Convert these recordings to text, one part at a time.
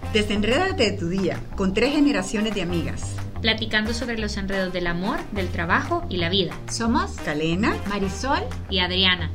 Desenrédate de tu día con 3 generaciones de amigas. Platicando sobre los enredos del amor, del trabajo y la vida. Somos Calena, Marisol y Adriana.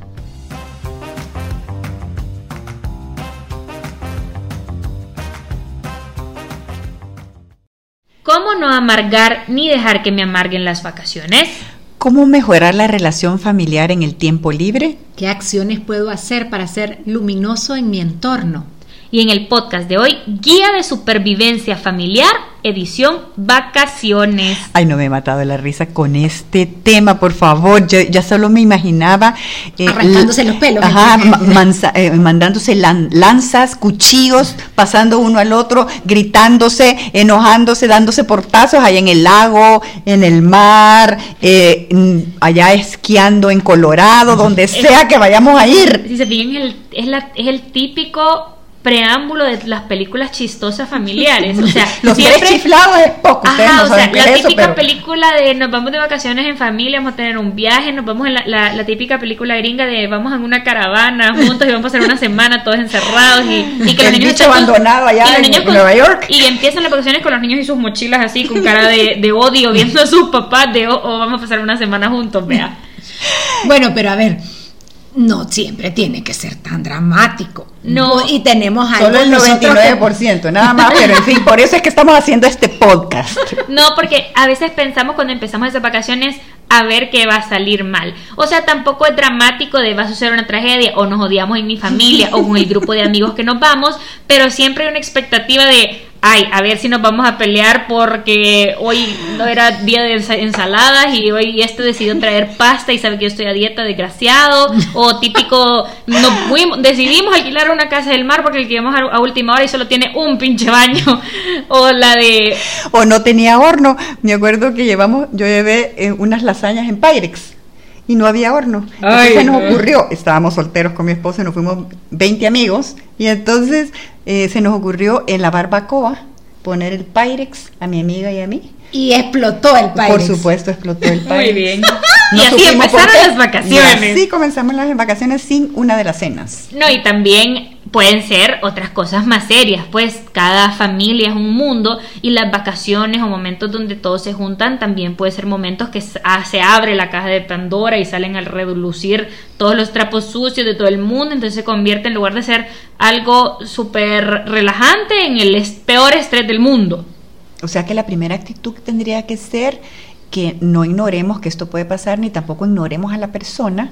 ¿Cómo no amargar ni dejar que me amarguen las vacaciones? ¿Cómo mejorar la relación familiar en el tiempo libre? ¿Qué acciones puedo hacer para ser luminoso en mi entorno? Y en el podcast de hoy, Guía de Supervivencia Familiar, edición Vacaciones. Ay, no me he matado de la risa con este tema, por favor. Yo ya solo me imaginaba arrancándose los pelos. Mandándose lanzas, cuchillos, pasando uno al otro, gritándose, enojándose, dándose portazos allá en el lago, en el mar, allá esquiando en Colorado, donde sea que vayamos a ir. Si se fijan, es el típico preámbulo de las películas chistosas familiares, o sea, los siempre, tres chiflados es poco. Ajá, o sea, la típica película de nos vamos de vacaciones en familia, vamos a tener un viaje, nos vamos en la típica película gringa de vamos en una caravana juntos y vamos a pasar una semana todos encerrados y que los niños están abandonado allá en Nueva York y empiezan las vacaciones con los niños y sus mochilas así con cara de odio viendo a sus papás vamos a pasar una semana juntos, vea. Bueno, pero a ver, no siempre tiene que ser tan dramático. No, y tenemos algo. Solo el 99%, nada más, pero en fin, por eso es que estamos haciendo este podcast. No, porque a veces pensamos cuando empezamos esas vacaciones a ver qué va a salir mal. O sea, tampoco es dramático de va a suceder una tragedia o nos odiamos en mi familia o con el grupo de amigos que nos vamos, pero siempre hay una expectativa de ay, a ver si nos vamos a pelear porque hoy no era día de ensaladas y hoy decidió traer pasta y sabe que yo estoy a dieta, desgraciado. O típico, decidimos alquilar una casa del mar porque alquilamos a última hora y solo tiene un pinche baño. O no tenía horno. Me acuerdo que yo llevé unas lasañas en Pyrex y no había horno. Entonces nos ocurrió, estábamos solteros con mi esposo y nos fuimos 20 amigos y entonces se nos ocurrió en la barbacoa poner el Pyrex a mi amiga y a mí. Y explotó el Pyrex. Por supuesto, explotó el Pyrex. Muy bien. No y así empezaron las vacaciones. Y así comenzamos las vacaciones sin una de las cenas. No, y también pueden ser otras cosas más serias, pues cada familia es un mundo y las vacaciones o momentos donde todos se juntan también puede ser momentos que se abre la caja de Pandora y salen al relucir todos los trapos sucios de todo el mundo, entonces se convierte en lugar de ser algo súper relajante en el peor estrés del mundo. O sea que la primera actitud tendría que ser que no ignoremos que esto puede pasar, ni tampoco ignoremos a la persona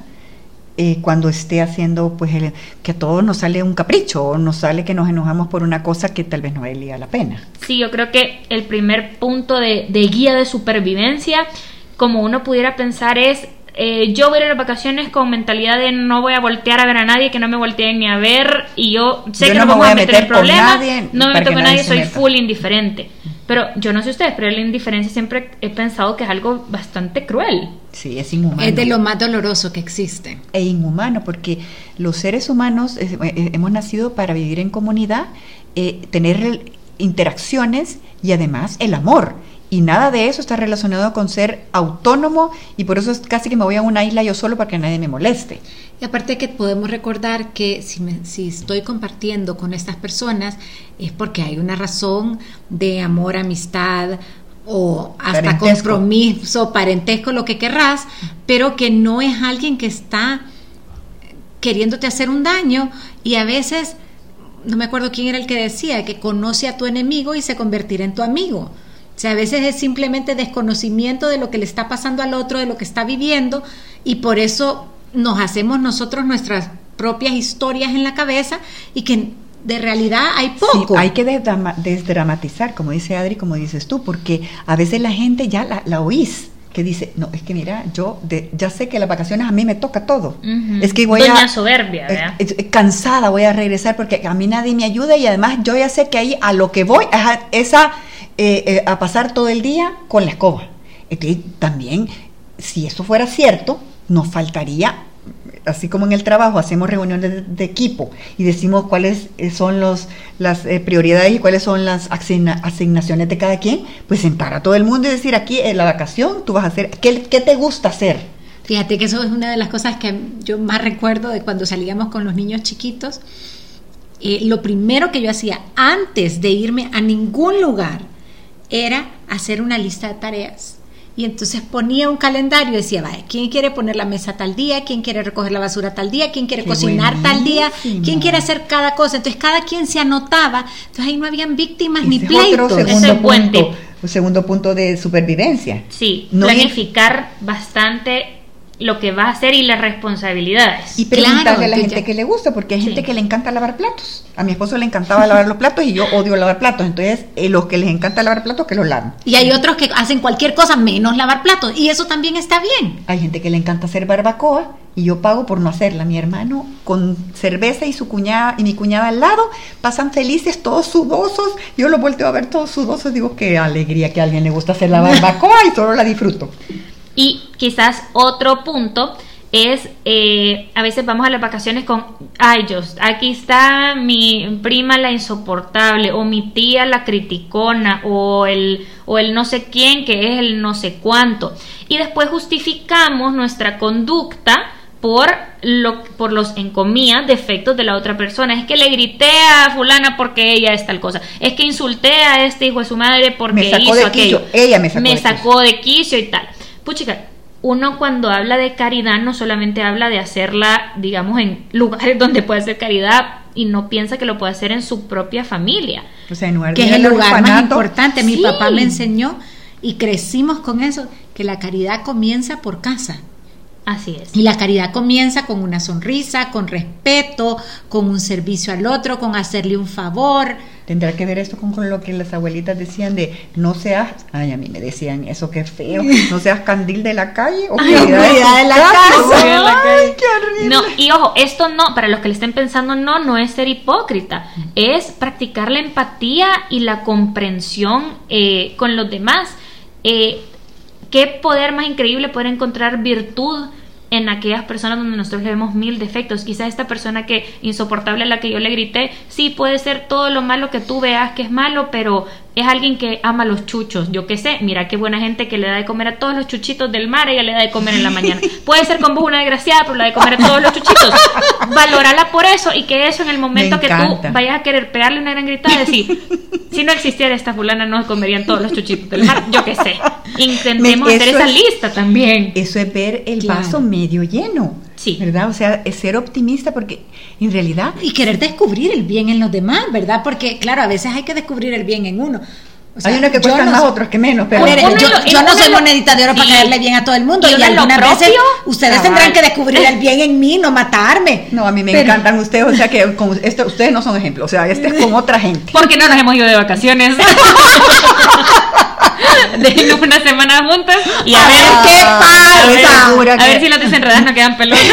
cuando esté haciendo, pues, que a todos nos sale un capricho, o nos sale que nos enojamos por una cosa que tal vez no valía la pena. Sí, yo creo que el primer punto de guía de supervivencia, como uno pudiera pensar es, yo voy a ir a las vacaciones con mentalidad de no voy a voltear a ver a nadie, que no me volteen ni a ver, y yo sé que no vamos a meter en problemas, no me meto con nadie, soy full indiferente. Pero yo no sé ustedes, pero la indiferencia siempre he pensado que es algo bastante cruel. Sí, es inhumano. Es de lo más doloroso que existe. E inhumano, porque los seres humanos hemos nacido para vivir en comunidad, tener interacciones y además el amor. Y nada de eso está relacionado con ser autónomo, y por eso es casi que me voy a una isla yo solo para que nadie me moleste. Y aparte que podemos recordar que si estoy compartiendo con estas personas es porque hay una razón de amor, amistad o hasta parentesco, compromiso, parentesco, lo que querrás, pero que no es alguien que está queriéndote hacer un daño. Y a veces, no me acuerdo quién era el que decía, que conoce a tu enemigo y se convertirá en tu amigo. O sea, a veces es simplemente desconocimiento de lo que le está pasando al otro, de lo que está viviendo, y por eso nos hacemos nosotros nuestras propias historias en la cabeza y que de realidad hay poco. Sí, hay que desdramatizar, como dice Adri, como dices tú, porque a veces la gente ya la oís, que dice, no, es que mira, yo ya sé que las vacaciones a mí me toca todo. Uh-huh. Es que Doña soberbia, ¿verdad? Cansada voy a regresar porque a mí nadie me ayuda y además yo ya sé que ahí a lo que voy es a pasar todo el día con la escoba. Entonces, también, si eso fuera cierto, nos faltaría, así como en el trabajo hacemos reuniones de equipo y decimos cuáles son las prioridades y cuáles son las asignaciones de cada quien, pues sentar a todo el mundo y decir, aquí en la vacación tú vas a hacer, ¿qué te gusta hacer? Fíjate que eso es una de las cosas que yo más recuerdo de cuando salíamos con los niños chiquitos. lo primero que yo hacía antes de irme a ningún lugar era hacer una lista de tareas. Y entonces ponía un calendario y decía, vaya, ¿quién quiere poner la mesa tal día? ¿Quién quiere recoger la basura tal día? ¿Quién quiere cocinar tal día? ¿Quién quiere hacer cada cosa? Entonces cada quien se anotaba. Entonces ahí no habían víctimas ni pleitos. Un segundo punto de supervivencia. Sí, planificar bastante lo que va a hacer y las responsabilidades. Y preguntarle a la gente que le gusta, porque hay gente que le encanta lavar platos. A mi esposo le encantaba lavar los platos y yo odio lavar platos. Entonces, los que les encanta lavar platos, que los laven. Y hay otros que hacen cualquier cosa menos lavar platos, y eso también está bien. Hay gente que le encanta hacer barbacoa y yo pago por no hacerla. Mi hermano con cerveza y su cuñada y mi cuñada al lado pasan felices, todos sudosos. Yo los volteo a ver todos sudosos, digo, qué alegría que a alguien le gusta hacer la barbacoa y solo la disfruto. Y quizás otro punto es, a veces vamos a las vacaciones con, ay, aquí está mi prima la insoportable, o mi tía la criticona, o el no sé quién que es el no sé cuánto. Y después justificamos nuestra conducta por los, en comillas, defectos de la otra persona. Es que le grité a fulana porque ella es tal cosa. Es que insulté a este hijo de su madre porque hizo aquello. Ella me sacó de quicio y tal. Puchica, uno cuando habla de caridad no solamente habla de hacerla, digamos, en lugares donde puede hacer caridad, y no piensa que lo puede hacer en su propia familia. O sea, en lugar que es el lugar más importante. Mi papá me enseñó, y crecimos con eso, que la caridad comienza por casa. Así es. Y la caridad comienza con una sonrisa, con respeto, con un servicio al otro, con hacerle un favor. Tendrá que ver esto con lo que las abuelitas decían de no seas, ay, a mí me decían eso, qué feo, no seas candil de la calle o cuidad de la casa. Ay, qué horrible. No, y ojo, esto no, para los que le estén pensando, no es ser hipócrita, es practicar la empatía y la comprensión con los demás. Qué poder más increíble poder encontrar virtud en aquellas personas donde nosotros le vemos 1000 defectos. Quizás esta persona que insoportable a la que yo le grité, sí puede ser todo lo malo que tú veas que es malo, pero es alguien que ama los chuchos. Yo qué sé, mira qué buena gente que le da de comer a todos los chuchitos del mar, ella le da de comer en la mañana. Puede ser con vos una desgraciada, pero le da de comer a todos los chuchitos. Valórala por eso, y que eso en el momento que tú vayas a querer pegarle una gran gritada, decir, si no existiera esta fulana no comerían todos los chuchitos del mar. Yo qué sé. Intentemos hacer esa lista también. Eso es ver el vaso medio lleno. Sí. ¿Verdad? O sea, es ser optimista, porque en realidad... Y querer descubrir el bien en los demás, ¿verdad? Porque, claro, a veces hay que descubrir el bien en uno. O sea, hay unos que cuestan más, otros que menos. Pero yo no soy monedita de oro para caerle bien a todo el mundo. Y algunas veces ustedes tendrán que descubrir el bien en mí, no matarme. No, a mí me encantan ustedes. O sea, que ustedes no son ejemplos. O sea, es con otra gente. Porque no nos hemos ido de vacaciones. De una semana juntas y a ver qué pasa. A ver si las desenredadas no quedan pelotas.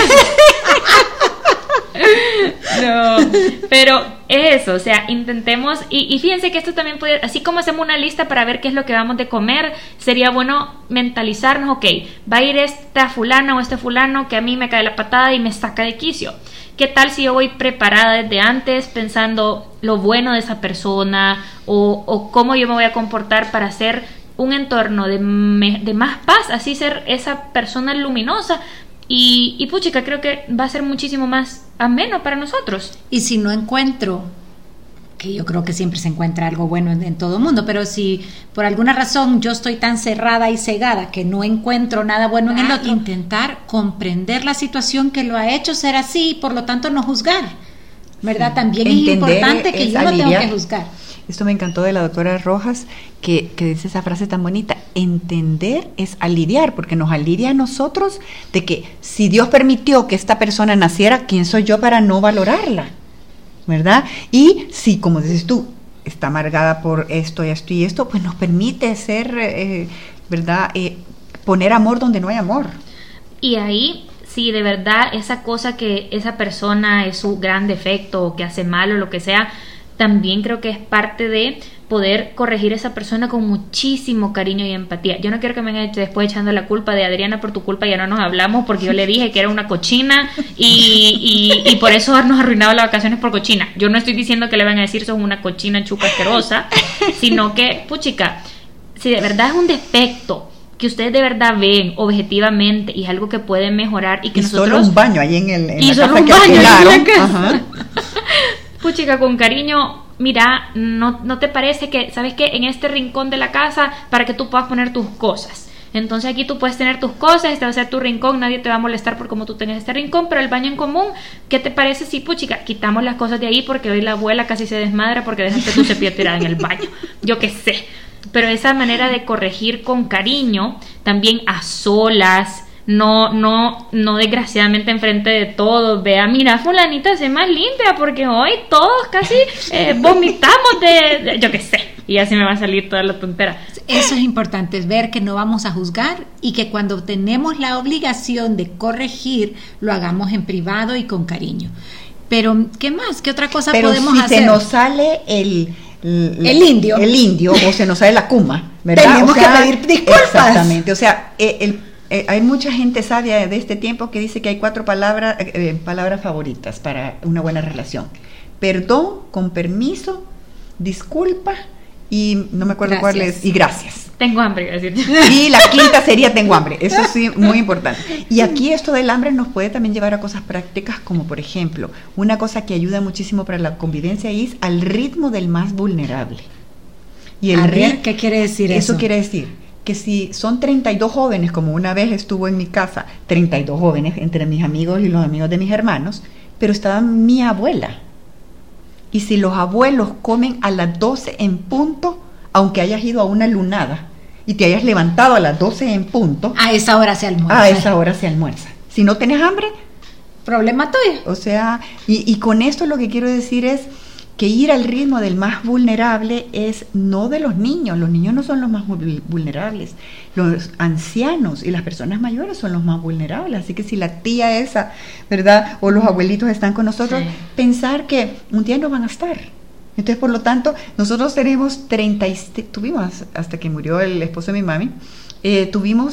No, pero es eso, o sea, intentemos, y fíjense que esto también puede, así como hacemos una lista para ver qué es lo que vamos de comer, sería bueno mentalizarnos, ok, va a ir esta fulana o este fulano que a mí me cae la patada y me saca de quicio. ¿Qué tal si yo voy preparada desde antes pensando lo bueno de esa persona, o cómo yo me voy a comportar para hacer un entorno de más paz, así ser esa persona luminosa? Y puchica, creo que va a ser muchísimo más ameno para nosotros. Y si no encuentro, que yo creo que siempre se encuentra algo bueno en todo el mundo, pero si por alguna razón yo estoy tan cerrada y cegada que no encuentro nada bueno en el otro, intentar comprender la situación que lo ha hecho ser así y por lo tanto no juzgar, ¿verdad? También es importante que yo no tengo que juzgar. Esto me encantó de la doctora Rojas, que dice esa frase tan bonita: entender es aliviar, porque nos alivia a nosotros de que si Dios permitió que esta persona naciera, ¿quién soy yo para no valorarla? ¿Verdad? Y si, como dices tú, está amargada por esto y esto y esto, pues nos permite ser, ¿verdad? Poner amor donde no hay amor. Y ahí, si de verdad esa cosa que esa persona es su gran defecto o que hace mal o lo que sea, también creo que es parte de poder corregir a esa persona con muchísimo cariño y empatía. Yo no quiero que me vengan después echando la culpa de Adriana, por tu culpa ya no nos hablamos porque yo le dije que era una cochina y por eso nos arruinaba las vacaciones por cochina. Yo no estoy diciendo que le van a decir sos una cochina chupa asquerosa, sino que, puchica, si de verdad es un defecto que ustedes de verdad ven objetivamente y es algo que pueden mejorar y que nosotros... solo un baño ahí en la y casa solo un que baño alquilaron. En la casa. puchica, con cariño, mira, no te parece que, ¿sabes qué? En este rincón de la casa, para que tú puedas poner tus cosas. Entonces aquí tú puedes tener tus cosas, este va a ser tu rincón, nadie te va a molestar por cómo tú tengas este rincón, pero el baño en común, ¿qué te parece si, puchica, quitamos las cosas de ahí porque hoy la abuela casi se desmadra porque dejaste tu cepillo tirado en el baño? Yo qué sé. Pero esa manera de corregir con cariño, también a solas, no desgraciadamente enfrente de todos. Vea, mira, fulanita se más limpia porque hoy todos casi vomitamos de yo qué sé, y así me va a salir toda la tontera. Eso es importante, es ver que no vamos a juzgar y que cuando tenemos la obligación de corregir, lo hagamos en privado y con cariño. Pero, ¿qué más? ¿Qué otra cosa podemos hacer? Pero si se nos sale el indio o se nos sale la kuma, ¿verdad? Tenemos que pedir disculpas. Exactamente, o sea, hay mucha gente sabia de este tiempo que dice que hay 4 palabras favoritas para una buena relación: perdón, con permiso, disculpa y no me acuerdo cuál es, y gracias. Tengo hambre, decir. Y la quinta sería tengo hambre. Eso sí, muy importante. Y aquí esto del hambre nos puede también llevar a cosas prácticas, como por ejemplo, una cosa que ayuda muchísimo para la convivencia es al ritmo del más vulnerable. Y ¿qué quiere decir eso? Eso quiere decir que si son 32 jóvenes, como una vez estuvo en mi casa, 32 jóvenes entre mis amigos y los amigos de mis hermanos, pero estaba mi abuela. Y si los abuelos comen a las 12 en punto, aunque hayas ido a una lunada y te hayas levantado a las 12 en punto, a esa hora se almuerza. A esa hora se almuerza. Si no tenés hambre, problema tuyo. O sea, y con esto lo que quiero decir es que ir al ritmo del más vulnerable es no de los niños no son los más vulnerables, los ancianos y las personas mayores son los más vulnerables, así que si la tía esa, ¿verdad? O los abuelitos están con nosotros, pensar que un día no van a estar. Entonces, por lo tanto, nosotros tuvimos, hasta que murió el esposo de mi mami, tuvimos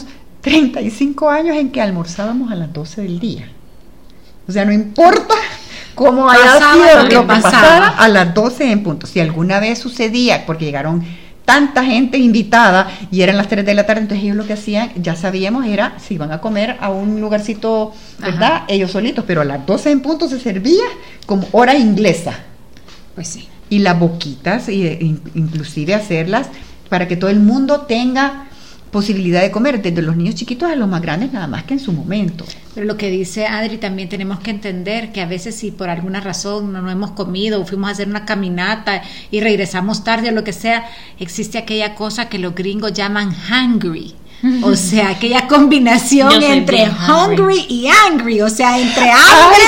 35 años en que almorzábamos a las 12 del día. O sea, no importa cómo haya sido lo que pasara, a las 12 en punto. Si alguna vez sucedía, porque llegaron tanta gente invitada y eran las 3 de la tarde, entonces ellos lo que hacían, ya sabíamos, era si iban a comer a un lugarcito, ¿verdad? Ajá. Ellos solitos, pero a las 12 en punto se servía como hora inglesa. Pues sí. Y las boquitas, inclusive hacerlas para que todo el mundo tenga posibilidad de comer, desde los niños chiquitos a los más grandes, nada más que en su momento. Pero lo que dice Adri, también tenemos que entender que a veces si por alguna razón no hemos comido o fuimos a hacer una caminata y regresamos tarde o lo que sea, existe aquella cosa que los gringos llaman hungry. O sea, aquella combinación entre hungry y angry, o sea, entre hambre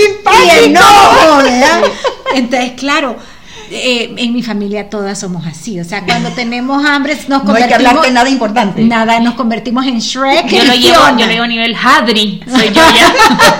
y enojo, ¿verdad? Entonces, claro, en mi familia todas somos así, o sea, cuando tenemos hambre nos convertimos, no hay que hablar de nada importante, nos convertimos en Shrek. Yo lo llevo a nivel Hadri, soy yo ya.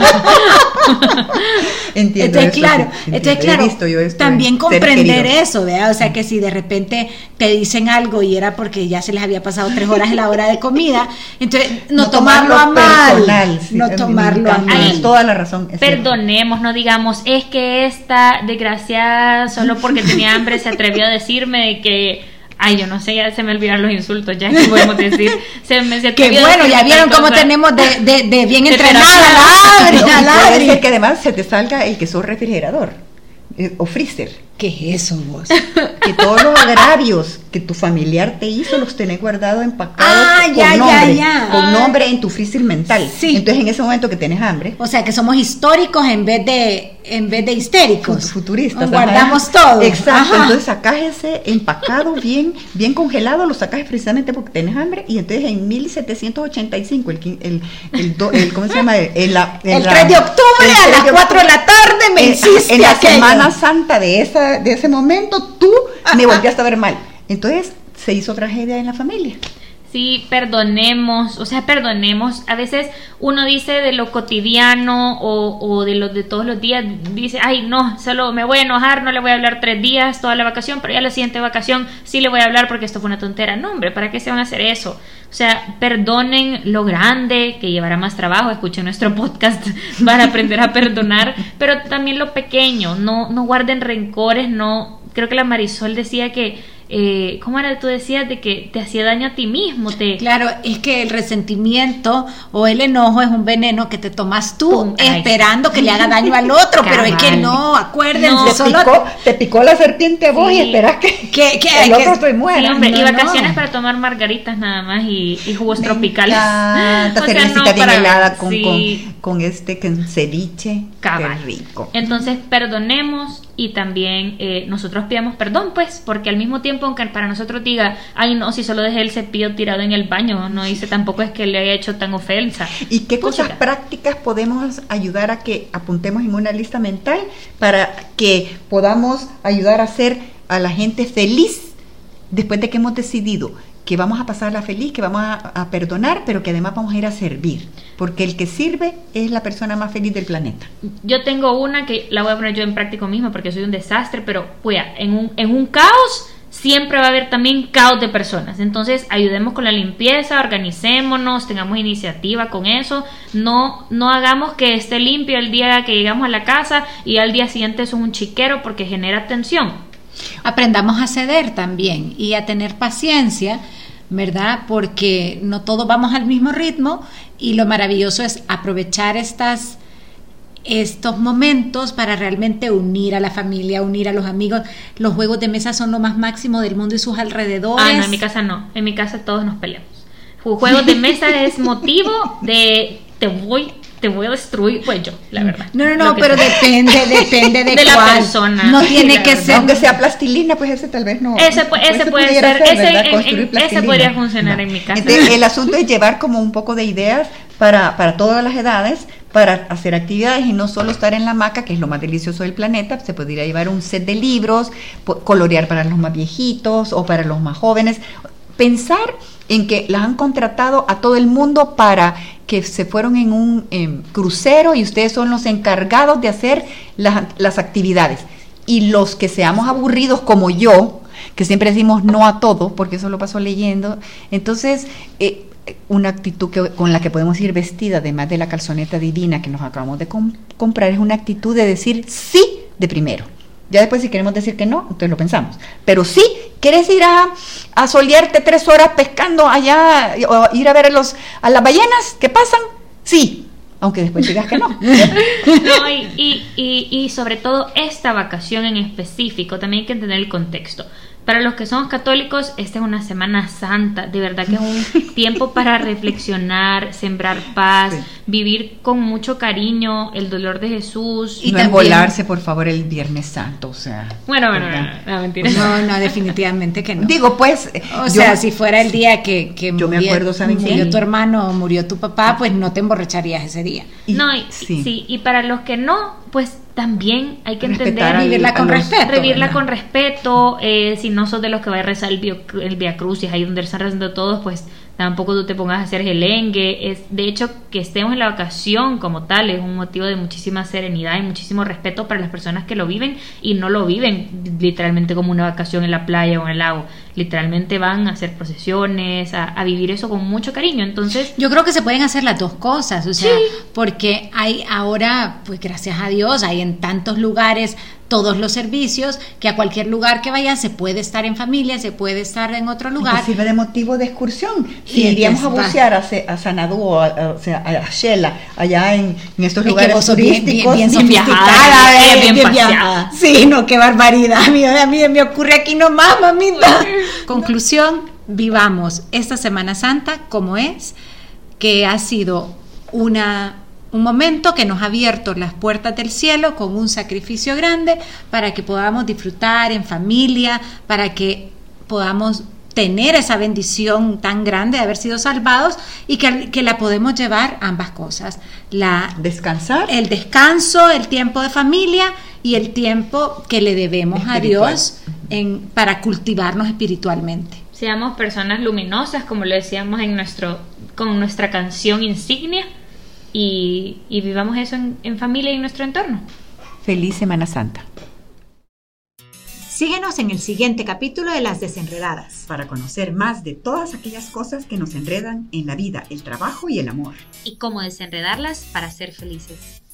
Entiendo. Entonces claro, también comprender eso, ¿verdad? O sea, que si de repente te dicen algo y era porque ya se les había pasado 3 horas en la hora de comida, entonces no tomarlo a mal, no tomarlo a mal. Tienes toda la razón. Perdonemos, no digamos, es que esta desgraciada solo porque tenía hambre se atrevió a decirme de que, ay, yo no sé, ya se me olvidaron los insultos, ya que podemos decir, que bueno, ya vieron cómo tenemos de bien entrenada la Adri. Puede ser que además se te salga el que sos refrigerador o freezer. ¿Qué es eso vos? Que todos los agravios que tu familiar te hizo los tenés guardados empacados con nombre en tu freezer mental. Sí. Entonces en ese momento que tenés hambre, o sea que somos históricos en vez de histéricos, futuristas, guardamos todo. Exacto. Ajá. Entonces sacás ese empacado bien congelado, lo sacás precisamente porque tenés hambre, y entonces en 1785 ¿cómo se llama? El 3 de octubre a las 4 de la tarde me hiciste en la Semana Santa de ese momento tú me volteaste a ver mal. Entonces se hizo tragedia en la familia. Sí, perdonemos. A veces uno dice de lo cotidiano o de lo de todos los días, dice, ay no, solo me voy a enojar, no le voy a hablar 3 días toda la vacación, pero ya la siguiente vacación sí le voy a hablar porque esto fue una tontera. No, hombre, ¿para qué se van a hacer eso? O sea, perdonen lo grande, que llevará más trabajo. Escuchen nuestro podcast para aprender a perdonar, pero también lo pequeño, no guarden rencores, no. Creo que la Marisol decía que ¿cómo era? Tú decías de que te hacía daño a ti mismo. Claro, es que el resentimiento o el enojo es un veneno que te tomas tú esperando que le haga daño al otro, pero es que no, acuérdense. Te picó la serpiente a vos y esperás que el otro se muera. Sí, hombre, y vacaciones para tomar margaritas nada más y jugos tropicales. Esta cervecita bien helada con ceviche. Cabal. Qué rico. Entonces perdonemos y también nosotros pidamos perdón, pues, porque al mismo tiempo, aunque para nosotros diga, ay no, si solo dejé el cepillo tirado en el baño, no dice tampoco es que le haya hecho tan ofensa. ¿Y qué cosas prácticas podemos ayudar a que apuntemos en una lista mental para que podamos ayudar a hacer a la gente feliz después de que hemos decidido que vamos a pasarla feliz, que vamos a perdonar, pero que además vamos a ir a servir, porque el que sirve es la persona más feliz del planeta? Yo tengo una que la voy a poner yo en práctica misma porque soy un desastre, pero pues en un caos siempre va a haber también caos de personas. Entonces ayudemos con la limpieza, organicémonos, tengamos iniciativa con eso, no hagamos que esté limpio el día que llegamos a la casa y al día siguiente eso es un chiquero porque genera tensión. Aprendamos a ceder también y a tener paciencia, ¿verdad? Porque no todos vamos al mismo ritmo y lo maravilloso es aprovechar estos momentos para realmente unir a la familia, unir a los amigos. Los juegos de mesa son lo más máximo del mundo y sus alrededores. No, en mi casa no, en mi casa todos nos peleamos. Juegos de mesa es motivo de te voy a destruir, pues yo, la verdad. No, pero depende de la persona. No tiene que ser, aunque sea plastilina, pues ese tal vez no. Ese puede ser, ese podría funcionar en mi casa. Entonces, el asunto es llevar como un poco de ideas para todas las edades, para hacer actividades y no solo estar en la hamaca, que es lo más delicioso del planeta. Se podría llevar un set de libros, colorear para los más viejitos o para los más jóvenes. Pensar en que las han contratado a todo el mundo para que se fueron en un crucero y ustedes son los encargados de hacer las actividades. Y los que seamos aburridos como yo, que siempre decimos no a todo, porque eso lo paso leyendo, entonces una actitud con la que podemos ir vestida, además de la calzoneta divina que nos acabamos de comprar, es una actitud de decir sí de primero. Ya después si queremos decir que no, entonces lo pensamos. Pero sí, ¿quieres ir a solearte 3 horas pescando allá o ir a ver a las ballenas que pasan? Sí, aunque después digas que no. No, y sobre todo esta vacación en específico, también hay que entender el contexto. Para los que somos católicos, esta es una Semana Santa, de verdad que es un tiempo para reflexionar, sembrar paz, vivir con mucho cariño el dolor de Jesús. Y no embolarse, por favor, el Viernes Santo, o sea. Bueno, no, mentira. No, definitivamente que no. Digo, pues. O sea, si fuera el día que yo me acuerdo, ¿saben qué? Murió tu hermano o murió tu papá, pues no te emborracharías ese día. Y para los que no, pues también hay que entender, vivirla con respeto, si no sos de los que va a rezar el Via Crucis, ahí donde están rezando todos, pues tampoco tú te pongas a hacer gelengue. De hecho, que estemos en la vacación como tal es un motivo de muchísima serenidad y muchísimo respeto para las personas que lo viven y no lo viven literalmente como una vacación en la playa o en el lago. Literalmente van a hacer procesiones, a vivir eso con mucho cariño. Entonces, yo creo que se pueden hacer las dos cosas, o sea, porque hay ahora, pues gracias a Dios, hay en tantos lugares todos los servicios, que a cualquier lugar que vaya se puede estar en familia, se puede estar en otro lugar. Y sirve de motivo de excursión. Si iríamos a bucear a Sanadú o a Shela, allá en estos lugares turísticos. Bien viajada. Sí, no, qué barbaridad. A mí me ocurre aquí nomás, mamita. Conclusión, vivamos esta Semana Santa como es, que ha sido un momento que nos ha abierto las puertas del cielo con un sacrificio grande para que podamos disfrutar en familia, para que podamos tener esa bendición tan grande de haber sido salvados y que la podemos llevar ambas cosas. Descansar. El descanso, el tiempo de familia y el tiempo que le debemos a Dios para cultivarnos espiritualmente. Seamos personas luminosas, como lo decíamos con nuestra canción insignia. Y vivamos eso en familia y en nuestro entorno. Feliz Semana Santa. Síguenos en el siguiente capítulo de Las Desenredadas para conocer más de todas aquellas cosas que nos enredan en la vida, el trabajo y el amor. Y cómo desenredarlas para ser felices.